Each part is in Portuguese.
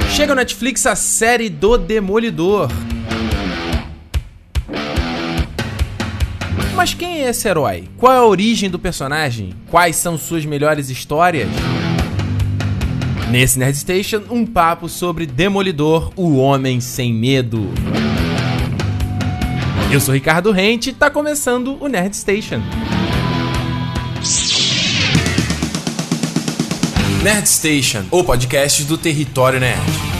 Chega no Netflix a série do Demolidor. Mas quem é esse herói? Qual é a origem do personagem? Quais são suas melhores histórias? Nesse Nerd Station, um papo sobre Demolidor, o Homem Sem Medo. Eu sou Ricardo Rente e tá começando o Nerd Station. Nerd Station, o podcast do Território Nerd.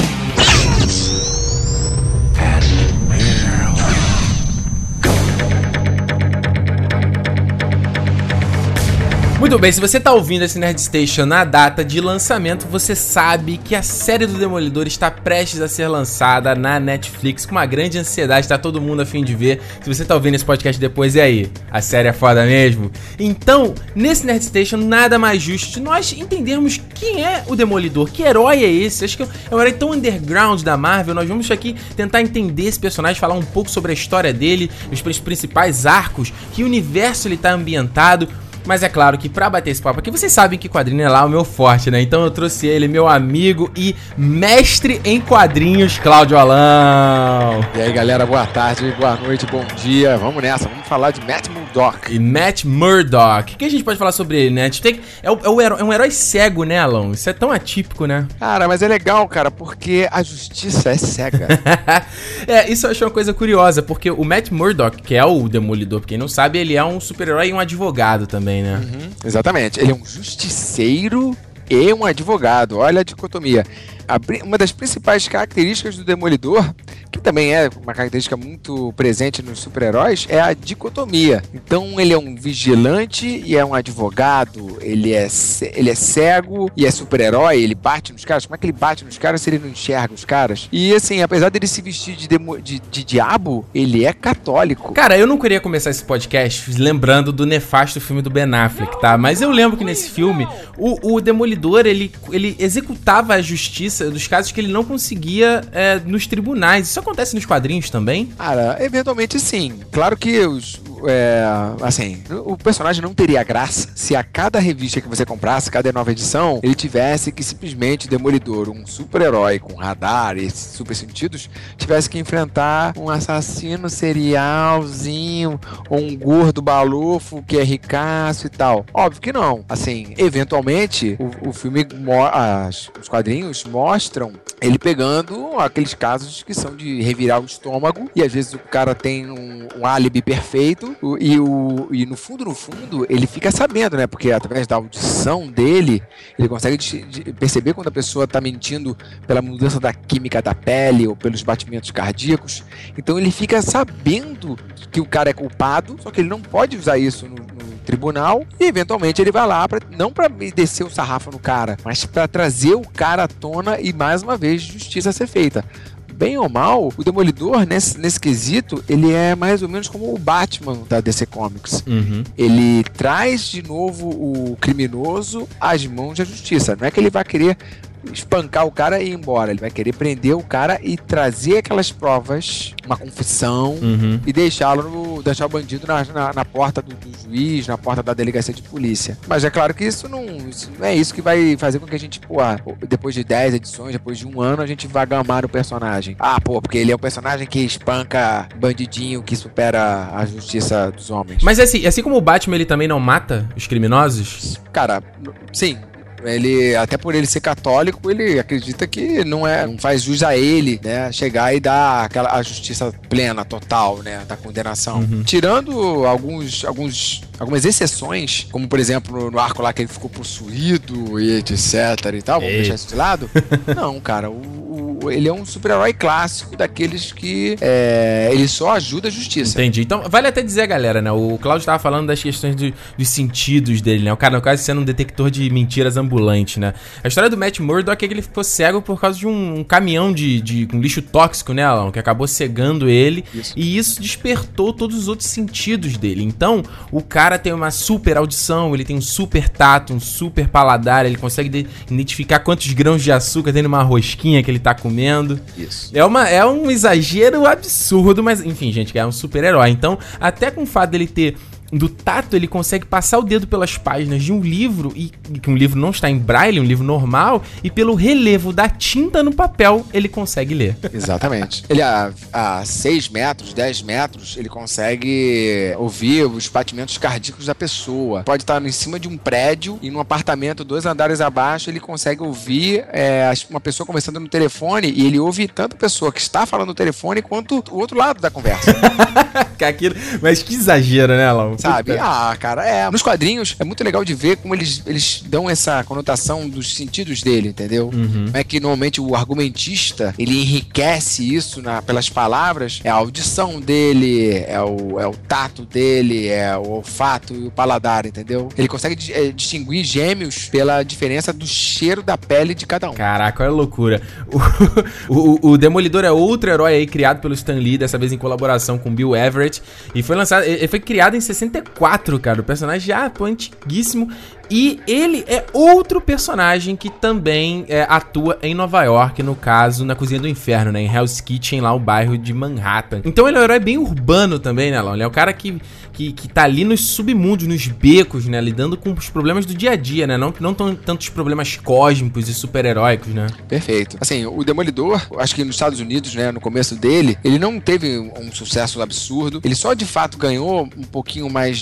Muito bem, se você tá ouvindo esse Nerd Station na data de lançamento, você sabe que a série do Demolidor está prestes a ser lançada na Netflix com uma grande ansiedade, tá todo mundo a fim de ver. Se você tá ouvindo esse podcast depois, e aí? A série é foda mesmo? Então, nesse Nerd Station, nada mais justo de nós entendermos quem é o Demolidor, que herói é esse? Acho que é um herói tão underground da Marvel. Nós vamos aqui tentar entender esse personagem, falar um pouco sobre a história dele, os principais arcos, que universo ele tá ambientado. Mas é claro que pra bater esse papo aqui, vocês sabem que quadrinho é lá o meu forte, né? Então eu trouxe ele, meu amigo e mestre em quadrinhos, Cláudio Alão. E aí, galera, boa tarde, boa noite, bom dia. Vamos nessa, vamos falar de Matt Murdock. E Matt Murdock. O que a gente pode falar sobre ele, né? É um herói cego, né, Alão? Isso é tão atípico, né? Cara, mas é legal, cara, porque a justiça é cega. Isso eu achei uma coisa curiosa, porque o Matt Murdock, que é o Demolidor, pra quem não sabe, ele é um super-herói e um advogado também, né? Exatamente, ele é um justiceiro e um advogado, olha a dicotomia. Uma das principais características do Demolidor, que também é uma característica muito presente nos super-heróis, é a dicotomia. Então ele é um vigilante e é um advogado, ele é cego e é super-herói, ele bate nos caras. Como é que ele bate nos caras se ele não enxerga os caras? E assim, apesar dele se vestir de diabo, ele é católico. Cara, eu não queria começar esse podcast lembrando do nefasto filme do Ben Affleck, tá? Mas eu lembro que nesse filme, o Demolidor, ele executava a justiça dos casos que ele não conseguia nos tribunais. Isso acontece nos quadrinhos também? Cara, eventualmente sim. Claro que o personagem não teria graça se a cada revista que você comprasse, cada nova edição, ele tivesse que simplesmente Demolidor, um super-herói com radar e super sentidos, tivesse que enfrentar um assassino serialzinho ou um gordo balofo que é ricaço e tal. Óbvio que não. Assim, eventualmente, o filme, os quadrinhos mostram ele pegando aqueles casos que são de revirar o estômago e às vezes o cara tem um álibi perfeito e no fundo ele fica sabendo, né? Porque através da audição dele ele consegue perceber quando a pessoa tá mentindo pela mudança da química da pele ou pelos batimentos cardíacos. Então ele fica sabendo que o cara é culpado, só que ele não pode usar isso no tribunal e eventualmente ele vai lá não para descer o sarrafo no cara, mas para trazer o cara à tona e mais uma vez justiça a ser feita. Bem ou mal, o Demolidor, nesse quesito, ele é mais ou menos como o Batman da DC Comics. Ele traz de novo o criminoso às mãos da justiça. Não é que ele vai querer espancar o cara e ir embora. Ele vai querer prender o cara e trazer aquelas provas, uma confissão, e deixar o bandido na porta do juiz, na porta da delegacia de polícia. Mas é claro que isso não é isso que vai fazer com que a gente, depois de 10 edições, depois de um ano, a gente vá gamar o personagem. Porque ele é um personagem que espanca bandidinho que supera a justiça dos homens. Mas assim como o Batman, ele também não mata os criminosos? Cara, sim. Ele, até por ele ser católico, ele acredita que não faz jus a ele, né, chegar e dar a justiça plena, total, né, da condenação. Tirando algumas exceções, como por exemplo no arco lá que ele ficou possuído e etc e tal, vamos deixar isso de lado. Não, cara, ele é um super-herói clássico daqueles que ele só ajuda a justiça. Entendi. Então, vale até dizer, galera, né, o Cláudio tava falando das questões dos sentidos dele, né, o cara quase sendo um detector de mentiras ambulante, né. A história do Matt Murdock é que ele ficou cego por causa de um caminhão com lixo tóxico, né, Alan, que acabou cegando ele. E isso despertou todos os outros sentidos dele. Então, o cara tem uma super audição, ele tem um super tato, um super paladar, ele consegue identificar quantos grãos de açúcar tem numa rosquinha que ele tá comendo. Isso. É um exagero absurdo, mas enfim, gente, é um super-herói. Então, até com o fato dele ter do tato, ele consegue passar o dedo pelas páginas de um livro, e que um livro não está em braille, um livro normal, e pelo relevo da tinta no papel, ele consegue ler. Exatamente. Ele a 6 metros, 10 metros, ele consegue ouvir os batimentos cardíacos da pessoa. Pode estar em cima de um prédio e num apartamento 2 andares abaixo, ele consegue ouvir uma pessoa conversando no telefone, e ele ouve tanto a pessoa que está falando no telefone quanto o outro lado da conversa. Mas que exagero, né, Lau? Sabe? Cara, nos quadrinhos é muito legal de ver como eles dão essa conotação dos sentidos dele, entendeu? Uhum. Como é que normalmente o argumentista, ele enriquece isso pelas palavras, é a audição dele, é o tato dele, é o olfato e o paladar, entendeu? Ele consegue distinguir gêmeos pela diferença do cheiro da pele de cada um. Caraca, olha a loucura. O Demolidor é outro herói aí criado pelo Stan Lee, dessa vez em colaboração com Bill Everett, e ele foi criado em 64, cara. O personagem já antiguíssimo. E ele é outro personagem que também atua em Nova York, no caso, na Cozinha do Inferno, né? Em Hell's Kitchen, lá o bairro de Manhattan. Então ele é um herói bem urbano também, né, Lão? Ele é o cara que tá ali nos submundos, nos becos, né? Lidando com os problemas do dia a dia, né? Não tantos problemas cósmicos e super-heróicos, né? Perfeito. Assim, o Demolidor, acho que nos Estados Unidos, né, no começo dele, ele não teve um sucesso absurdo. Ele só, de fato, ganhou um pouquinho mais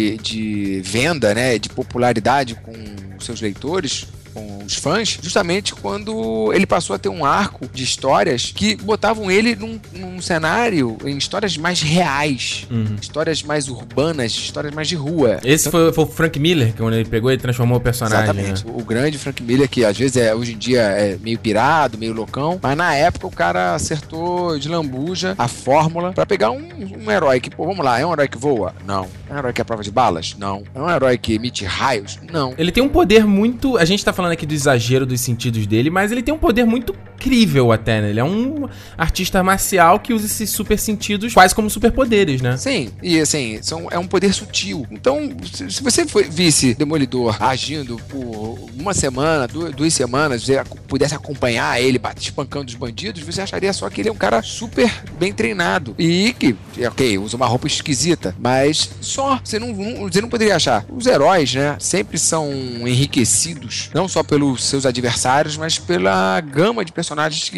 de venda, né? De popularidade com seus leitores, com os fãs, justamente quando ele passou a ter um arco de histórias que botavam ele num cenário, em histórias mais reais, histórias mais urbanas, histórias mais de rua. Esse foi o Frank Miller, quando ele pegou e transformou o personagem. Exatamente. Né? O grande Frank Miller, que às vezes hoje em dia é meio pirado, meio loucão, mas na época o cara acertou de lambuja a fórmula pra pegar um herói que, pô, vamos lá, é um herói que voa? Não. É um herói que é prova de balas? Não. É um herói que emite raios? Não. Ele tem um poder muito... A gente tá falando aqui do exagero dos sentidos dele, mas ele tem um poder muito crível até, né? Ele é um artista marcial que usa esses super sentidos quase como superpoderes, né? Sim, e assim, é um poder sutil. Então, se você visse Demolidor agindo por uma semana, 2 semanas, você pudesse acompanhar ele espancando os bandidos, você acharia só que ele é um cara super bem treinado e que, ok, usa uma roupa esquisita, mas só, você não poderia achar. Os heróis, né, sempre são enriquecidos, não só pelos seus adversários, mas pela gama de personagens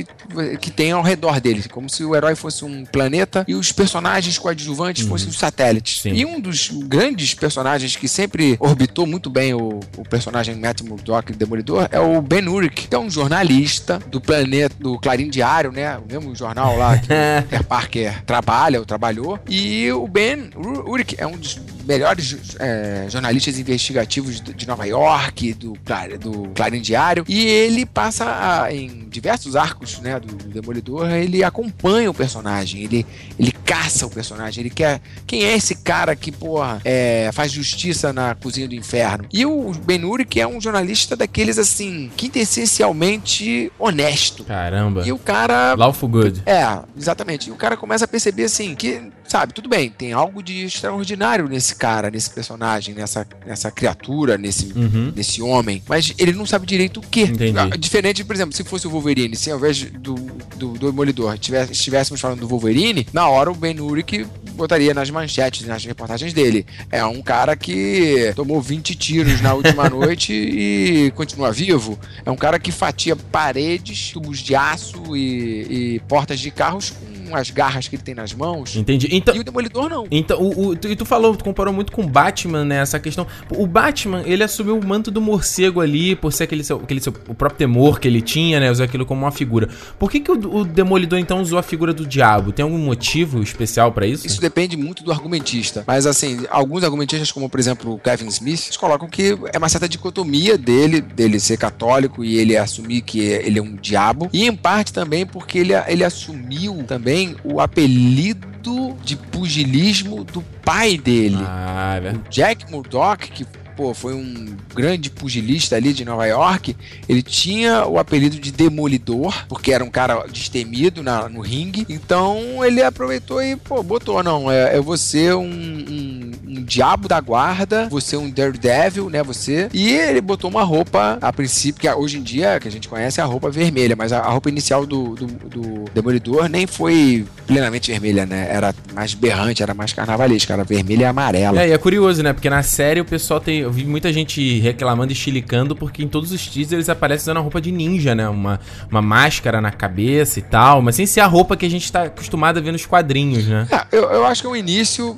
que tem ao redor dele, como se o herói fosse um planeta e os personagens coadjuvantes fossem os satélites. Sim. E um dos grandes personagens que sempre orbitou muito bem o personagem Matt Murdock, Demolidor, é o Ben Urich, que é um jornalista do planeta, do Clarim Diário, né, o mesmo jornal lá que o Peter Parker trabalhou, e o Ben Urich é um dos melhores jornalistas investigativos de Nova York, do Clarim Diário, e ele passa em diversos arcos, né, do Demolidor, ele acompanha o personagem, ele caça o personagem, ele quer... Quem é esse cara que, porra, faz justiça na Cozinha do Inferno? E o Ben Urich é um jornalista daqueles, assim, quintessencialmente honesto. Caramba. E o cara... Lawful good. Exatamente. E o cara começa a perceber, assim, que, sabe, tudo bem, tem algo de extraordinário nesse cara, nesse personagem, nessa criatura, nesse homem, mas ele não sabe direito o quê. Entendi. Diferente, por exemplo, se fosse o Wolverine, se ao invés do Demolidor estivéssemos falando do Wolverine, na hora o Ben Urich botaria nas manchetes, nas reportagens dele. É um cara que tomou 20 tiros na última noite e continua vivo. É um cara que fatia paredes, tubos de aço e portas de carros com as garras que ele tem nas mãos. Entendi. Então, e o Demolidor não. Então, tu comparou muito com o Batman, né? Essa questão. O Batman, ele assumiu o manto do morcego ali, por ser o próprio temor que ele tinha, né? Usou aquilo como uma figura. Por que o Demolidor, então, usou a figura do diabo? Tem algum motivo especial pra isso? Isso depende muito do argumentista. Mas, assim, alguns argumentistas, como, por exemplo, o Kevin Smith, eles colocam que é uma certa dicotomia dele ser católico e ele assumir que ele é um diabo. E, em parte, também porque ele assumiu também o apelido de pugilismo do pai dele. Ah, é verdade. O Jack Murdock, que pô, foi um grande pugilista ali de Nova York, ele tinha o apelido de Demolidor, porque era um cara destemido no ringue. Então ele aproveitou e, pô, botou, não, eu vou ser um diabo da guarda, vou ser um Daredevil, né, você. E ele botou uma roupa, a princípio, que hoje em dia, que a gente conhece, é a roupa vermelha, mas a roupa inicial do Demolidor nem foi plenamente vermelha, né, era mais berrante, era mais carnavalesca, era vermelha e amarela. E é curioso, né, porque na série o pessoal eu vi muita gente reclamando e chilicando, porque em todos os teasers eles aparecem usando a roupa de ninja, né, uma máscara na cabeça e tal, mas sem ser a roupa que a gente tá acostumado a ver nos quadrinhos, né. Eu acho que o início,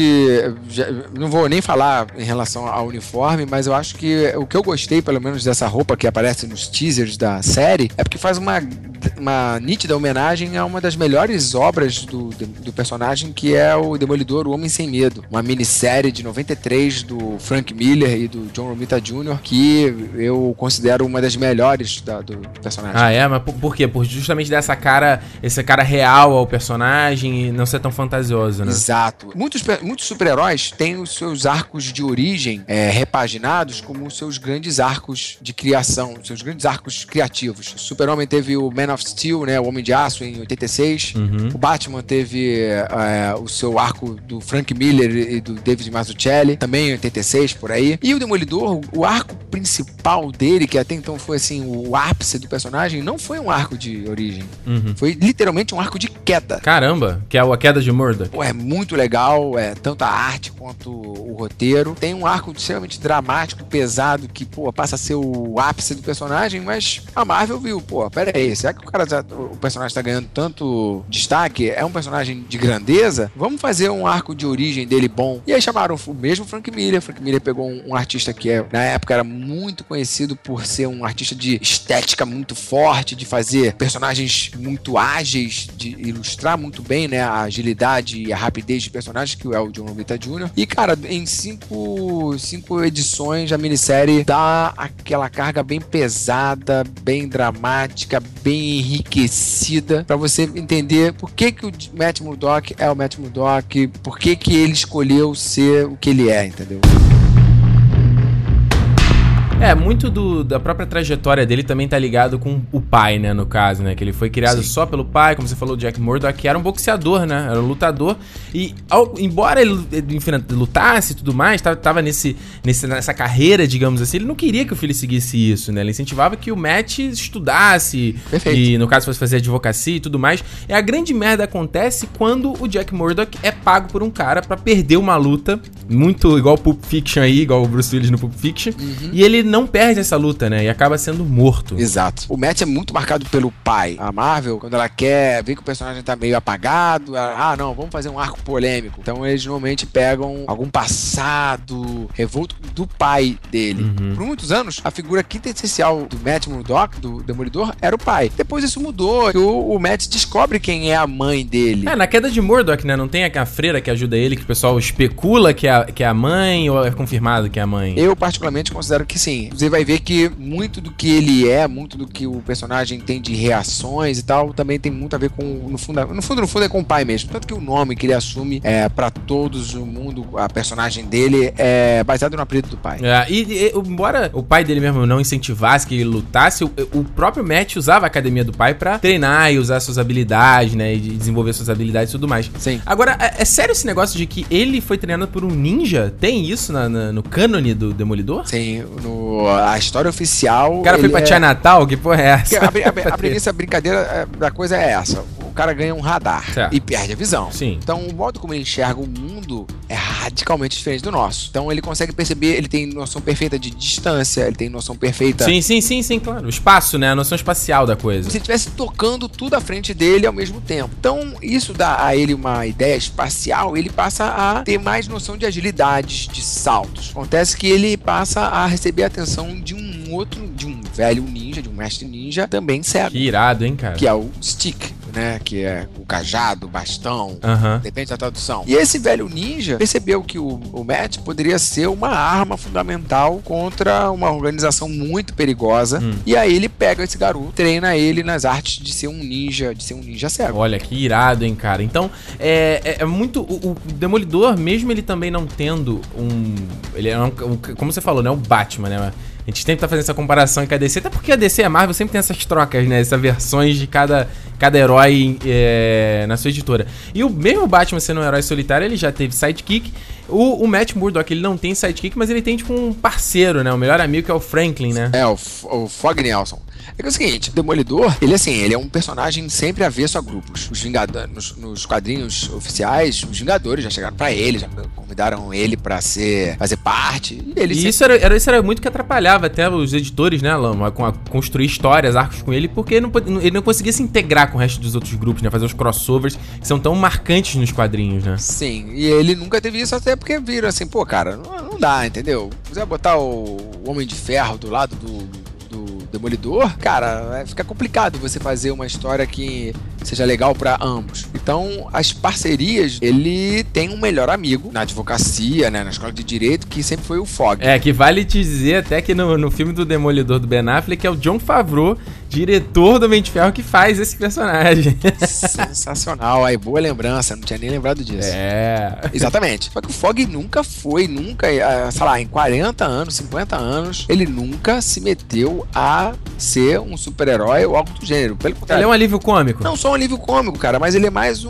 não vou nem falar em relação ao uniforme, mas eu acho que o que eu gostei, pelo menos, dessa roupa que aparece nos teasers da série, é porque faz uma nítida homenagem a uma das melhores obras do personagem, que é o Demolidor, o Homem Sem Medo, uma minissérie de 93 do Frank Miller e do John Romita Jr., que eu considero uma das melhores do personagem. Ah, é? Mas por quê? Por justamente dessa cara, esse cara real ao personagem e não ser tão fantasioso, né? Exato. Muitos super-heróis têm os seus arcos de origem repaginados como os seus grandes arcos de criação, os seus grandes arcos criativos. O Super-Homem teve o Man of Steel, né, o Homem de Aço, em 86. O Batman teve o seu arco do Frank Miller e do David Mazzucchelli, também em 86, por aí. E o Demolidor, o arco principal dele, que até então foi assim o ápice do personagem, não foi um arco de origem. Foi literalmente um arco de queda. Caramba, que é a queda de Murdock. Pô, é muito legal, tanto a arte quanto o roteiro. Tem um arco extremamente dramático, pesado, que, pô, passa a ser o ápice do personagem, mas a Marvel viu, pô, pera aí, será que o personagem tá ganhando tanto destaque? É um personagem de grandeza? Vamos fazer um arco de origem dele bom. E aí chamaram o mesmo Frank Miller. Frank Miller pegou um artista que na época era muito conhecido por ser um artista de estética muito forte, de fazer personagens muito ágeis, de ilustrar muito bem, né, a agilidade e a rapidez de personagens, que é o John Romita Jr. E, cara, em cinco edições a minissérie dá aquela carga bem pesada, bem dramática, bem enriquecida, pra você entender por que o Matt Murdock é o Matt Murdock, por que ele escolheu ser o que ele é, entendeu? Muito da própria trajetória dele também tá ligado com o pai, né, no caso, né, que ele foi criado Só pelo pai, como você falou, Jack Murdock, que era um boxeador, né, era um lutador, e embora ele enfim, lutasse e tudo mais, tava nessa carreira, digamos assim, ele não queria que o filho seguisse isso, né, ele incentivava que o Matt estudasse, e no caso fosse fazer advocacia e tudo mais. E a grande merda acontece quando o Jack Murdock é pago por um cara pra perder uma luta, muito igual o Pulp Fiction aí, igual o Bruce Willis no Pulp Fiction, e ele não perde essa luta, né? E acaba sendo morto. Exato. O Matt é muito marcado pelo pai. A Marvel, quando ela quer ver que o personagem tá meio apagado, não, vamos fazer um arco polêmico. Então eles normalmente pegam algum passado revolto do pai dele. Por muitos anos, a figura quintessencial do Matt Murdock, do Demolidor, era o pai. Depois isso mudou. O Matt descobre quem é a mãe dele. Na queda de Murdock, né? Não tem a freira que ajuda ele, que o pessoal especula que é a mãe, ou é confirmado que é a mãe? Eu, particularmente, considero que sim. Você vai ver que muito do que ele é, muito do que o personagem tem de reações e tal, também tem muito a ver com, no fundo é com o pai mesmo. Tanto que o nome que ele assume pra todos o mundo, a personagem dele, é baseado no apelido do pai. Embora o pai dele mesmo não incentivasse que ele lutasse, o próprio Matt usava a academia do pai pra treinar e usar suas habilidades, né, e desenvolver suas habilidades e tudo mais. Sim. Agora, é sério esse negócio de que ele foi treinado por um ninja? Tem isso no cânone do Demolidor? Sim, a história oficial... O cara foi pra Chinatown? Que porra é essa? A premissa, a brincadeira da coisa é essa. O cara ganha um radar e perde a visão. Sim. Então, o modo como ele enxerga o mundo é radicalmente diferente do nosso. Então, ele consegue perceber, ele tem noção perfeita de distância, ele tem noção perfeita... Sim, claro. O espaço, né? A noção espacial da coisa. Como se ele estivesse tocando tudo à frente dele ao mesmo tempo. Então, isso dá a ele uma ideia espacial, ele passa a ter mais noção de agilidades, de saltos. Acontece que ele passa a receber a atenção de um velho ninja, de um mestre ninja, também cego. Que irado, hein, cara? Que é o Stick. né? Que é o cajado, o bastão, depende da tradução. E esse velho ninja percebeu que o Matt poderia ser uma arma fundamental contra uma organização muito perigosa. E aí ele pega esse garoto, treina ele nas artes de ser um ninja cego. Olha, que irado, hein, cara. Então, é muito... O Demolidor, mesmo ele também não tendo ele é como você falou, né? O Batman, né? A gente sempre tá fazendo essa comparação com a DC, até porque a DC e a Marvel sempre tem essas trocas, né? Essas versões de cada herói na sua editora. E o mesmo Batman sendo um herói solitário, ele já teve sidekick. O Matt Murdock, ele não tem sidekick, mas ele tem, tipo, um parceiro, né? O melhor amigo, que é o Franklin, né? É, o Fog Nelson. É que é o seguinte, o Demolidor, ele é um personagem sempre avesso a grupos. Os Vingadores, nos quadrinhos oficiais, os Vingadores já chegaram pra ele, já convidaram ele pra fazer parte. E ele isso era muito que atrapalhava até os editores, né, Lama, a construir histórias, arcos com ele, porque ele não conseguia se integrar com o resto dos outros grupos, né? Fazer os crossovers que são tão marcantes nos quadrinhos, né? Sim, e ele nunca teve isso até porque viram assim, pô, cara, não dá, entendeu? Se quiser botar o Homem de Ferro do lado do Demolidor, cara, fica complicado você fazer uma história que seja legal pra ambos. Então, as parcerias, ele tem um melhor amigo na advocacia, né, na escola de direito, que sempre foi o Fog. Que vale te dizer até que no filme do Demolidor do Ben Affleck é o Jon Favreau, diretor do Homem de Ferro, que faz esse personagem. Sensacional, aí boa lembrança, não tinha nem lembrado disso. Exatamente. Só que o Fog nunca, sei lá, em 40 anos, 50 anos, ele nunca se meteu a ser um super-herói ou algo do gênero. Pelo contrário. Ele é um alívio cômico. Não só um alívio cômico, cara, mas ele é mais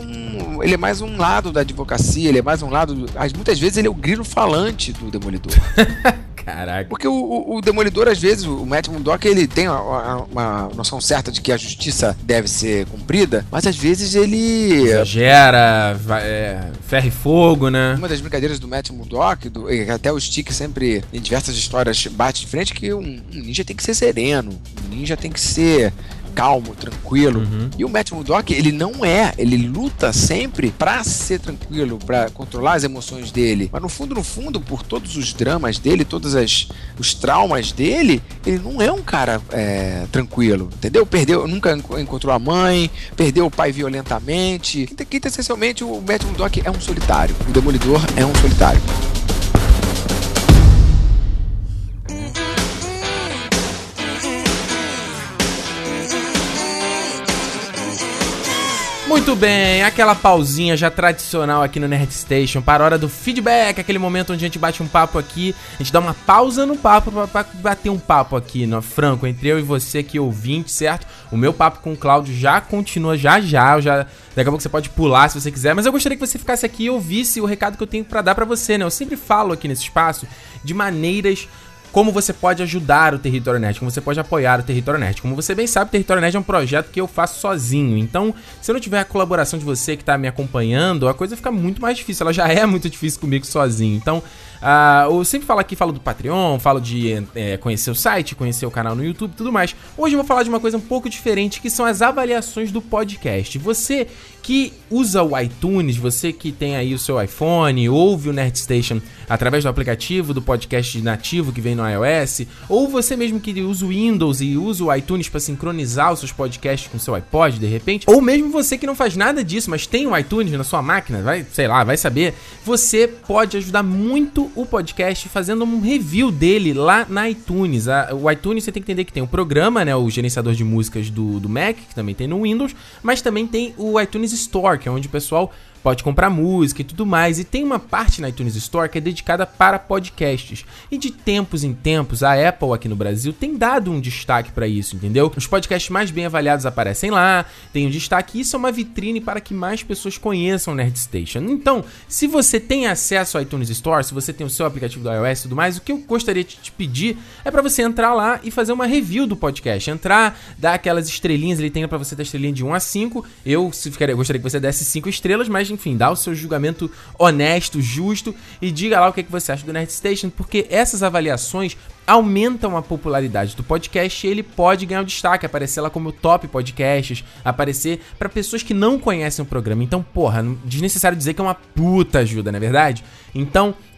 um lado da advocacia, ele é mais um lado... Muitas vezes ele é o grilo falante do Demolidor. Caraca. Porque o Demolidor, às vezes, o Matt Murdock, ele tem uma noção certa de que a justiça deve ser cumprida, mas às vezes ele... exagera, ferro e fogo, né? Uma das brincadeiras do Matt Murdock, até o Stick sempre, em diversas histórias, bate de frente, que um ninja tem que ser sereno, um ninja tem que ser calmo, tranquilo. E o Matt Murdock, ele não é. Ele luta sempre pra ser tranquilo, pra controlar as emoções dele. Mas no fundo, por todos os dramas dele, todos os traumas dele, ele não é um cara tranquilo, entendeu? Nunca encontrou a mãe, perdeu o pai violentamente. Quinta, essencialmente, o Matt Murdock é um solitário. O Demolidor é um solitário. Muito bem, aquela pausinha já tradicional aqui no Nerd Station para a hora do feedback, aquele momento onde a gente bate um papo aqui, a gente dá uma pausa no papo para bater um papo aqui, no franco, entre eu e você aqui, ouvinte, certo? O meu papo com o Cláudio já continua daqui a pouco você pode pular se você quiser, mas eu gostaria que você ficasse aqui e ouvisse o recado que eu tenho para dar para você, né? Eu sempre falo aqui nesse espaço de maneiras como você pode ajudar o Território Nerd, como você pode apoiar o Território Nerd. Como você bem sabe, o Território Nerd é um projeto que eu faço sozinho. Então, se eu não tiver a colaboração de você que tá me acompanhando, a coisa fica muito mais difícil. Ela já é muito difícil comigo sozinho. Então, eu sempre falo do Patreon, falo de conhecer o site, conhecer o canal no YouTube e tudo mais. Hoje eu vou falar de uma coisa um pouco diferente, que são as avaliações do podcast. Você que usa o iTunes, você que tem aí o seu iPhone, ouve o Nerd Station através do aplicativo do podcast nativo que vem no iOS, ou você mesmo que usa o Windows e usa o iTunes para sincronizar os seus podcasts com o seu iPod, de repente, ou mesmo você que não faz nada disso, mas tem o iTunes na sua máquina, vai saber, você pode ajudar muito o podcast fazendo um review dele lá na iTunes. O iTunes você tem que entender que tem o programa, né, o gerenciador de músicas do Mac, que também tem no Windows, mas também tem o iTunes Store, que é onde o pessoal pode comprar música e tudo mais, e tem uma parte na iTunes Store que é dedicada para podcasts, e de tempos em tempos a Apple aqui no Brasil tem dado um destaque para isso, entendeu? Os podcasts mais bem avaliados aparecem lá, tem um destaque, e isso é uma vitrine para que mais pessoas conheçam o Nerd Station. Então, se você tem acesso ao iTunes Store, se você tem o seu aplicativo do iOS e tudo mais, o que eu gostaria de te pedir é para você entrar lá e fazer uma review do podcast, dar aquelas estrelinhas, ele tem para você dar estrelinha de 1 a 5, eu gostaria que você desse 5 estrelas, mas enfim, dá o seu julgamento honesto, justo, e diga lá o que você acha do Nerd Station, porque essas avaliações aumentam a popularidade do podcast e ele pode ganhar um destaque, aparecer lá como top podcasts, aparecer para pessoas que não conhecem o programa. Então, desnecessário dizer que é uma puta ajuda, não é verdade? Então,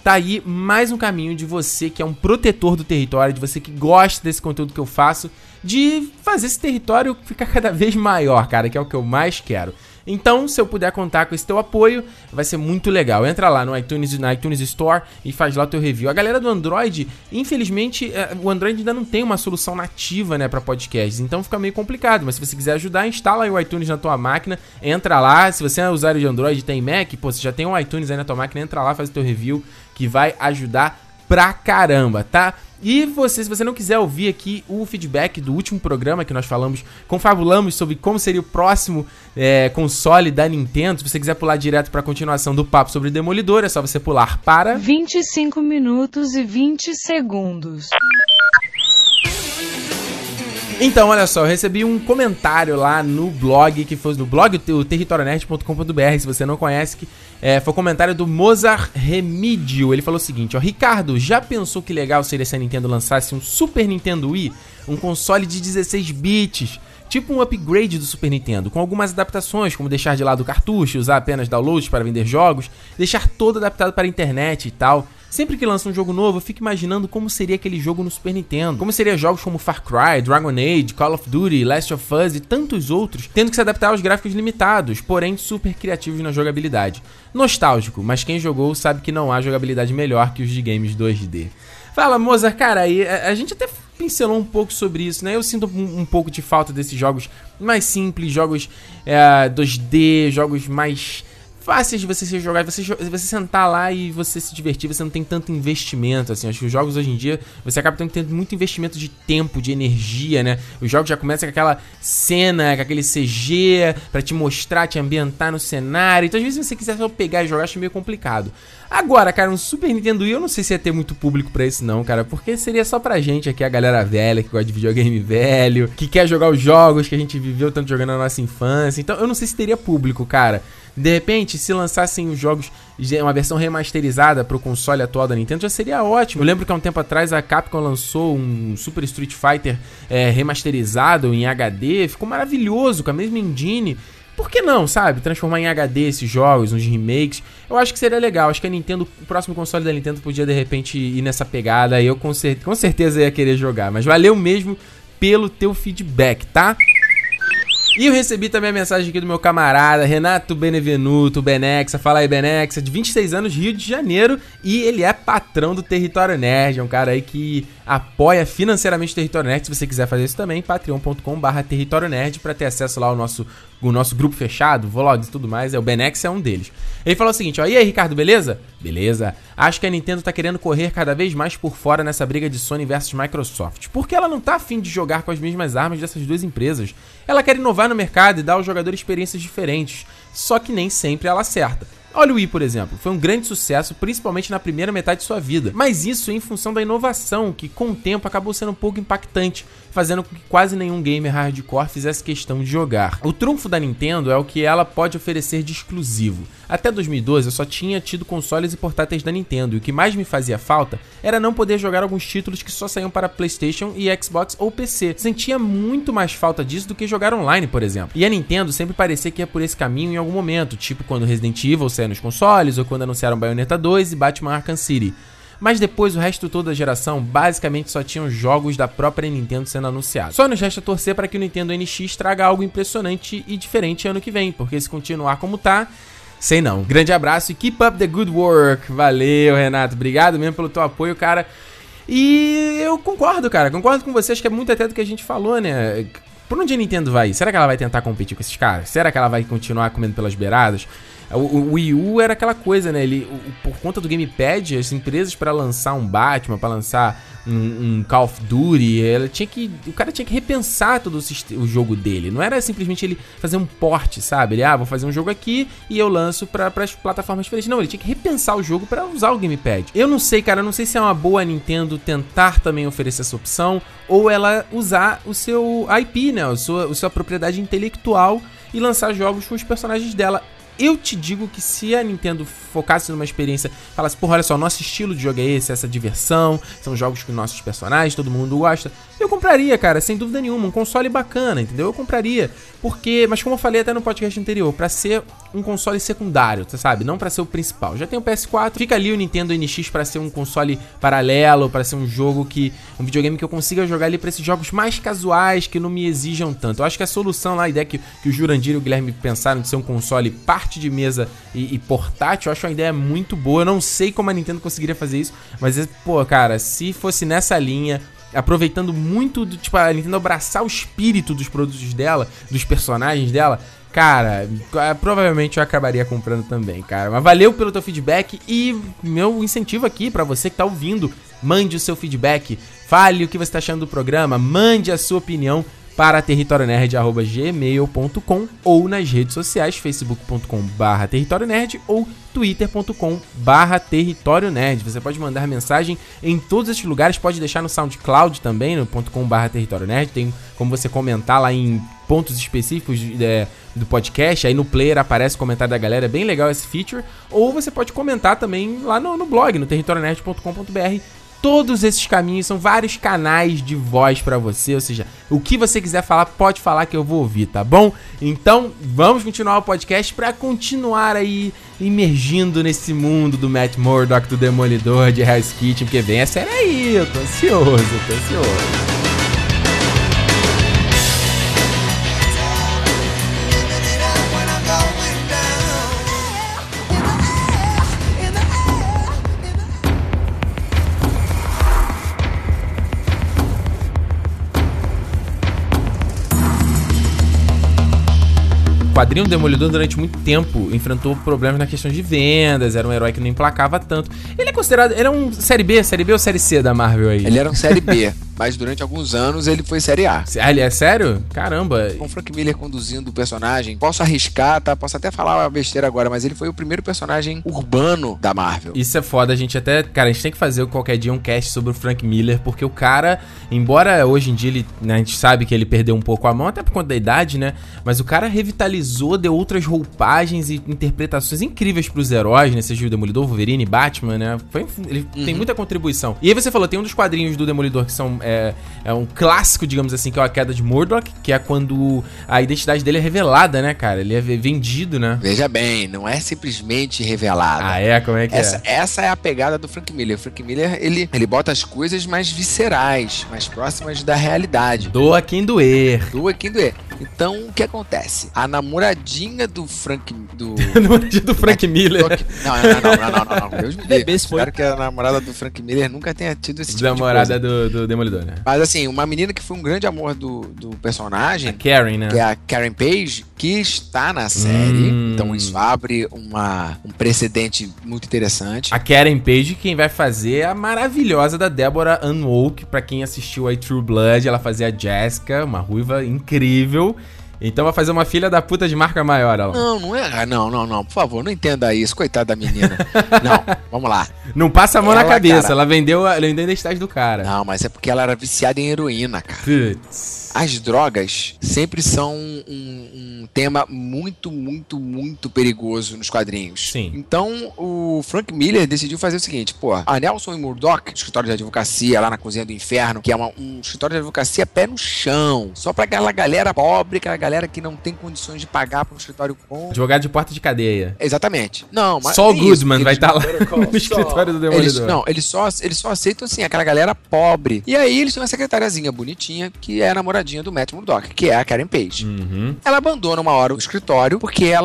tá aí mais um caminho de você que é um protetor do território, de você que gosta desse conteúdo que eu faço, de fazer esse território ficar cada vez maior, cara, que é o que eu mais quero. Então, se eu puder contar com esse teu apoio, vai ser muito legal. Entra lá no iTunes, na iTunes Store e faz lá o teu review. A galera do Android, infelizmente, o Android ainda não tem uma solução nativa, né, pra podcasts, então fica meio complicado. Mas se você quiser ajudar, instala aí o iTunes na tua máquina, entra lá. Se você é usuário de Android e tem Mac, pô, você já tem um iTunes aí na tua máquina, entra lá, faz o teu review, que vai ajudar pra caramba, tá? E se você não quiser ouvir aqui o feedback do último programa que nós confabulamos sobre como seria o próximo console da Nintendo, se você quiser pular direto pra continuação do papo sobre Demolidor, é só você pular para 25 minutos e 20 segundos. Então, olha só, eu recebi um comentário lá no blog, que foi no blog territorionerd.com.br, se você não conhece, foi um comentário do Mozart Remídio. Ele falou o seguinte, ó: Ricardo, já pensou que legal seria se a Nintendo lançasse um Super Nintendo Wii? Um console de 16 bits, tipo um upgrade do Super Nintendo, com algumas adaptações, como deixar de lado o cartucho, usar apenas downloads para vender jogos, deixar todo adaptado para a internet e tal. Sempre que lança um jogo novo, eu fico imaginando como seria aquele jogo no Super Nintendo. Como seria jogos como Far Cry, Dragon Age, Call of Duty, Last of Us e tantos outros, tendo que se adaptar aos gráficos limitados, porém super criativos na jogabilidade. Nostálgico, mas quem jogou sabe que não há jogabilidade melhor que os de games 2D. Fala, Mozart, cara, a gente até pincelou um pouco sobre isso, né? Eu sinto um pouco de falta desses jogos mais simples, jogos 2D, jogos mais fáceis de você jogar, você sentar lá e você se divertir, você não tem tanto investimento, assim. Acho que os jogos hoje em dia, você acaba tendo muito investimento de tempo, de energia, né? Os jogos já começam com aquela cena, com aquele CG pra te mostrar, te ambientar no cenário. Então, às vezes, se você quiser só pegar e jogar, acho meio complicado. Agora, cara, um Super Nintendo Wii, eu não sei se ia ter muito público pra isso não, cara, porque seria só pra gente aqui, a galera velha, que gosta de videogame velho, que quer jogar os jogos que a gente viveu tanto jogando na nossa infância. Então, eu não sei se teria público, cara. De repente, se lançassem os jogos, uma versão remasterizada pro console atual da Nintendo, já seria ótimo. Eu lembro que há um tempo atrás a Capcom lançou um Super Street Fighter remasterizado em HD, ficou maravilhoso, com a mesma engine. Por que não, sabe? Transformar em HD esses jogos, uns remakes. Eu acho que seria legal. Acho que a Nintendo, o próximo console da Nintendo podia de repente ir nessa pegada. E eu com certeza ia querer jogar. Mas valeu mesmo pelo teu feedback, tá? E eu recebi também a mensagem aqui do meu camarada Renato Benevenuto, Benexa. Fala aí, Benexa, de 26 anos, Rio de Janeiro. E ele é patrão do Território Nerd. É um cara aí que apoia financeiramente o Território Nerd. Se você quiser fazer isso também, patreon.com/Território Nerd, pra ter acesso lá ao nosso grupo fechado, vlogs e tudo mais. O Benexa é um deles. Ele falou o seguinte, ó: E aí, Ricardo, beleza? Beleza. Acho que a Nintendo tá querendo correr cada vez mais por fora nessa briga de Sony versus Microsoft. Porque ela não tá afim de jogar com as mesmas armas dessas duas empresas. Ela quer inovar no mercado e dar ao jogador experiências diferentes. Só que nem sempre ela acerta. Olha o Wii, por exemplo, foi um grande sucesso, principalmente na primeira metade de sua vida. Mas isso em função da inovação, que com o tempo acabou sendo um pouco impactante, fazendo com que quase nenhum gamer hardcore fizesse questão de jogar. O trunfo da Nintendo é o que ela pode oferecer de exclusivo. Até 2012 eu só tinha tido consoles e portáteis da Nintendo, e o que mais me fazia falta era não poder jogar alguns títulos que só saíam para PlayStation e Xbox ou PC. Sentia muito mais falta disso do que jogar online, por exemplo. E a Nintendo sempre parecia que ia por esse caminho em algum momento, tipo quando Resident Evil saiu nos consoles, ou quando anunciaram Bayonetta 2 e Batman Arkham City. Mas depois o resto todo da geração basicamente só tinham jogos da própria Nintendo sendo anunciados. Só nos resta torcer para que o Nintendo NX traga algo impressionante e diferente ano que vem, porque se continuar como tá, sei não. Grande abraço e keep up the good work. Valeu, Renato. Obrigado mesmo pelo teu apoio, cara. E eu concordo, cara. Concordo com você. Acho que é muito até do que a gente falou, né? Por onde a Nintendo vai ir? Será que ela vai tentar competir com esses caras? Será que ela vai continuar comendo pelas beiradas? O Wii U era aquela coisa, né? Por conta do Gamepad, as empresas para lançar um Batman, para lançar um Call of Duty, o cara tinha que repensar todo o jogo dele. Não era simplesmente ele fazer um port, sabe? Ele, vou fazer um jogo aqui e eu lanço para as plataformas diferentes. Não, ele tinha que repensar o jogo para usar o Gamepad. Eu não sei, cara, eu não sei se é uma boa a Nintendo tentar também oferecer essa opção ou ela usar o seu IP, né? A sua propriedade intelectual e lançar jogos com os personagens dela. Eu te digo que se a Nintendo focasse numa experiência, falasse, porra, olha só, nosso estilo de jogo é esse, essa diversão, são jogos com nossos personagens, todo mundo gosta, eu compraria, cara, sem dúvida nenhuma, um console bacana, entendeu? Eu compraria, mas como eu falei até no podcast anterior, pra ser um console secundário, você sabe? Não pra ser o principal. Já tem o PS4, fica ali o Nintendo NX pra ser um console paralelo, pra ser um jogo um videogame que eu consiga jogar ali pra esses jogos mais casuais, que não me exijam tanto. Eu acho que a solução lá, a ideia que o Jurandir e o Guilherme pensaram de ser um console parte de mesa e portátil, eu acho uma ideia muito boa. Eu não sei como a Nintendo conseguiria fazer isso, mas, pô, cara, se fosse nessa linha, aproveitando muito do, tipo, a Nintendo abraçar o espírito dos produtos dela, dos personagens dela, cara, provavelmente eu acabaria comprando também, cara. Mas valeu pelo teu feedback e meu incentivo aqui pra você que tá ouvindo, mande o seu feedback, fale o que você tá achando do programa, mande a sua opinião para territorionerd@gmail.com ou nas redes sociais, facebook.com/territorionerd ou twitter.com/territorionerd. Você pode mandar mensagem em todos esses lugares, pode deixar no SoundCloud também, no .com/territorionerd, tem como você comentar lá em pontos específicos do podcast, aí no player aparece o comentário da galera, é bem legal esse feature, ou você pode comentar também lá no blog, no territorionerd.com.br. Todos esses caminhos são vários canais de voz pra você, ou seja, o que você quiser falar, pode falar que eu vou ouvir, tá bom? Então, vamos continuar o podcast pra continuar aí imergindo nesse mundo do Matt Murdock, do Demolidor, de Hell's Kitchen, porque vem a série aí, eu tô ansioso. O quadrinho Demolidor durante muito tempo enfrentou problemas na questão de vendas, era um herói que não emplacava tanto. Ele é considerado, era um série B ou série C da Marvel aí? Ele era um série B, mas durante alguns anos ele foi série A. Ah, ele é sério? Caramba. Com o Frank Miller conduzindo o personagem, posso arriscar, tá? Posso até falar uma besteira agora, mas ele foi o primeiro personagem urbano da Marvel. Isso é foda, a gente até, cara, a gente tem que fazer qualquer dia um cast sobre o Frank Miller, porque o cara, embora hoje em dia ele, né, a gente sabe que ele perdeu um pouco a mão, até por conta da idade, né, mas o cara revitalizou, deu outras roupagens e interpretações incríveis pros heróis, né, seja o Demolidor, Wolverine, Batman, né, ele tem muita contribuição. E aí você falou, tem um dos quadrinhos do Demolidor que são, é um clássico, digamos assim, que é a queda de Murdock, que é quando a identidade dele é revelada, né, cara, ele é vendido, né. Veja bem, não é simplesmente revelado. Ah, é? Como é que essa é a pegada do Frank Miller. O Frank Miller, ele bota as coisas mais viscerais, mais próximas da realidade. Doa quem doer. Doa quem doer. Então, o que acontece? A namoradinha do Frank... namoradinha do Frank Miller. Não. Deus me livre. Espero que a namorada do Frank Miller nunca tenha tido esse tipo namorada de coisa. do Demolidor, né? Mas assim, uma menina que foi um grande amor do personagem... A Karen, né? Que é a Karen Page, que está na série. Então isso abre um precedente muito interessante. A Karen Page, quem vai fazer é a maravilhosa da Deborah Ann Woke. Pra quem assistiu aí True Blood, ela fazia a Jessica, uma ruiva incrível. Então vai fazer uma filha da puta de marca maior, ela. Não é. Não, por favor, não entenda isso, coitada da menina. Não, vamos lá. Não passa a mão na cabeça, cara, ela vendeu a identidade do cara. Não, mas é porque ela era viciada em heroína, cara. Putz. As drogas sempre são um tema muito perigoso nos quadrinhos. Sim. Então, o Frank Miller decidiu fazer o seguinte, a Nelson e Murdock, escritório de advocacia lá na Cozinha do Inferno, que é um escritório de advocacia pé no chão, só pra aquela galera pobre, aquela galera que não tem condições de pagar pra um escritório bom. Advogado de porta de cadeia. Exatamente. Não, mas só o Goodman vai estar lá no escritório do Demolidor. Eles só aceitam, assim, aquela galera pobre. E aí eles têm uma secretariazinha bonitinha, que é a namoradinha do Matt Murdock, que é a Karen Page. Ela abandona uma hora o escritório porque ela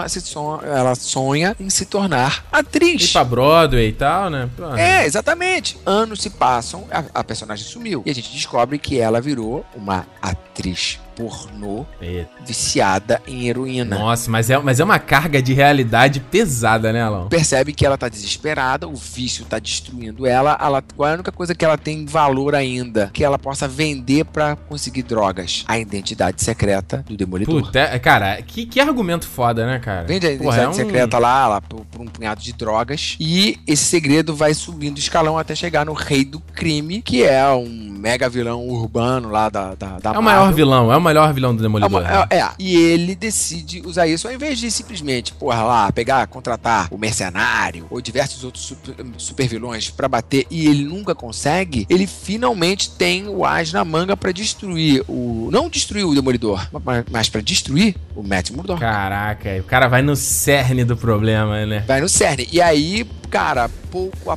ela sonha em se tornar atriz. Ir pra Broadway e tal, né? Exatamente. Anos se passam, a personagem sumiu. E a gente descobre que ela virou uma atriz pornô viciada em heroína. Nossa, mas é uma carga de realidade pesada, né, Alão? Percebe que ela tá desesperada, o vício tá destruindo ela. Qual é a única coisa que ela tem valor ainda? Que ela possa vender pra conseguir drogas. A identidade secreta do Demolidor. Puta, cara, que argumento foda, né, cara? Vende a identidade secreta lá por um punhado de drogas. E esse segredo vai subindo escalão até chegar no rei do crime, que é um mega vilão urbano lá da É o maior vilão, é o melhor vilão do Demolidor. E ele decide usar isso, ao invés de simplesmente, contratar o Mercenário ou diversos outros super vilões pra bater e ele nunca consegue, ele finalmente tem o as na manga pra destruir não destruir o Demolidor, mas pra destruir o Matt Murdock. Caraca, o cara vai no cerne do problema, né? Vai no cerne. E aí, cara, pouco a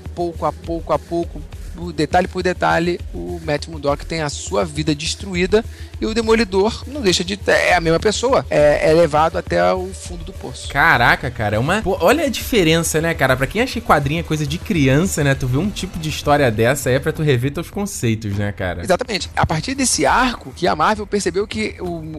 pouco, detalhe por detalhe, o Matt Murdock tem a sua vida destruída e o Demolidor não deixa de... É a mesma pessoa. É levado até o fundo do poço. Caraca, cara, olha a diferença, né, cara? Pra quem acha que quadrinho é coisa de criança, né? Tu vê um tipo de história dessa aí é pra tu rever teus conceitos, né, cara? Exatamente. A partir desse arco que a Marvel percebeu que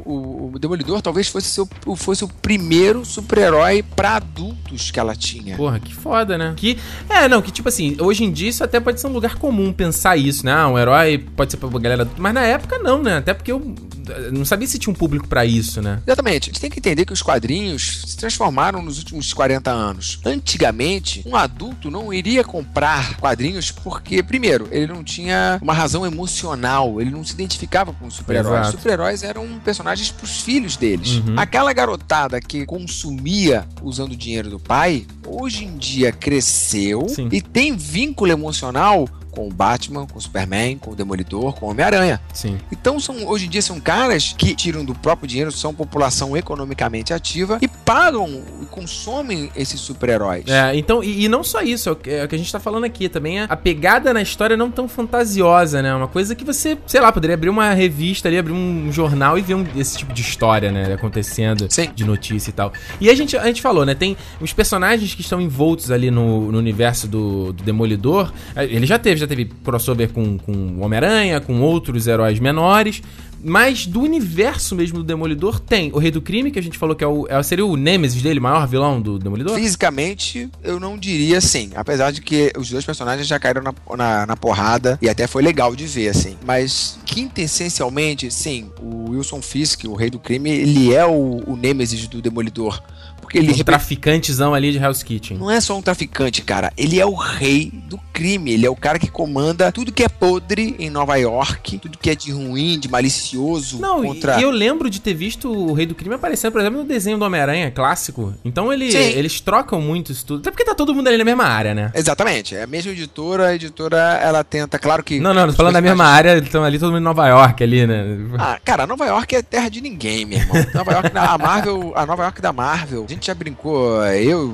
o Demolidor talvez fosse o primeiro super-herói pra adultos que ela tinha. Porra, que foda, né? Que tipo assim, hoje em dia isso até pode ser um lugar comum pensar isso, né? Um herói pode ser pra galera adulta, mas na época não, né? Até porque eu não sabia se tinha um público pra isso, né? Exatamente. A gente tem que entender que os quadrinhos se transformaram nos últimos 40 anos. Antigamente, um adulto não iria comprar quadrinhos porque, primeiro, ele não tinha uma razão emocional, ele não se identificava com os super-heróis. Os super-heróis eram personagens pros filhos deles. Uhum. Aquela garotada que consumia usando o dinheiro do pai, hoje em dia cresceu. Sim. E tem vínculo emocional com o Batman, com o Superman, com o Demolidor, com o Homem-Aranha. Sim. Então, hoje em dia são caras que tiram do próprio dinheiro, são população economicamente ativa e pagam e consomem esses super-heróis. Então, e não só isso, é o que a gente tá falando aqui, também a pegada na história não tão fantasiosa, né? Uma coisa que você, sei lá, poderia abrir uma revista ali, abrir um jornal e ver esse tipo de história, né? Acontecendo. Sim. De notícia e tal. E a gente falou, né? Tem os personagens que estão envoltos ali no universo do Demolidor. Ele já teve crossover com o Homem-Aranha, com outros heróis menores, mas do universo mesmo do Demolidor tem o Rei do Crime, que a gente falou que seria o Nêmesis dele, o maior vilão do Demolidor? Fisicamente, eu não diria assim, apesar de que os dois personagens já caíram na porrada e até foi legal de ver, assim. Mas, quintessencialmente, sim, o Wilson Fisk, o Rei do Crime, ele é o Nêmesis do Demolidor. Porque ele traficantezão ali de Hell's Kitchen. Não é só um traficante, cara. Ele é o rei do crime. Ele é o cara que comanda tudo que é podre em Nova York, tudo que é de ruim, de malicioso. E eu lembro de ter visto o Rei do Crime aparecendo, por exemplo, no desenho do Homem-Aranha clássico. Então eles trocam muito isso tudo. Até porque tá todo mundo ali na mesma área, né? Exatamente. É a mesma editora. A editora, ela tenta, claro que... Não, tô falando da mesma área. Estão ali todo mundo em Nova York ali, né? Cara, Nova York é terra de ninguém, meu irmão. Nova York, a Nova York da Marvel... A gente já brincou,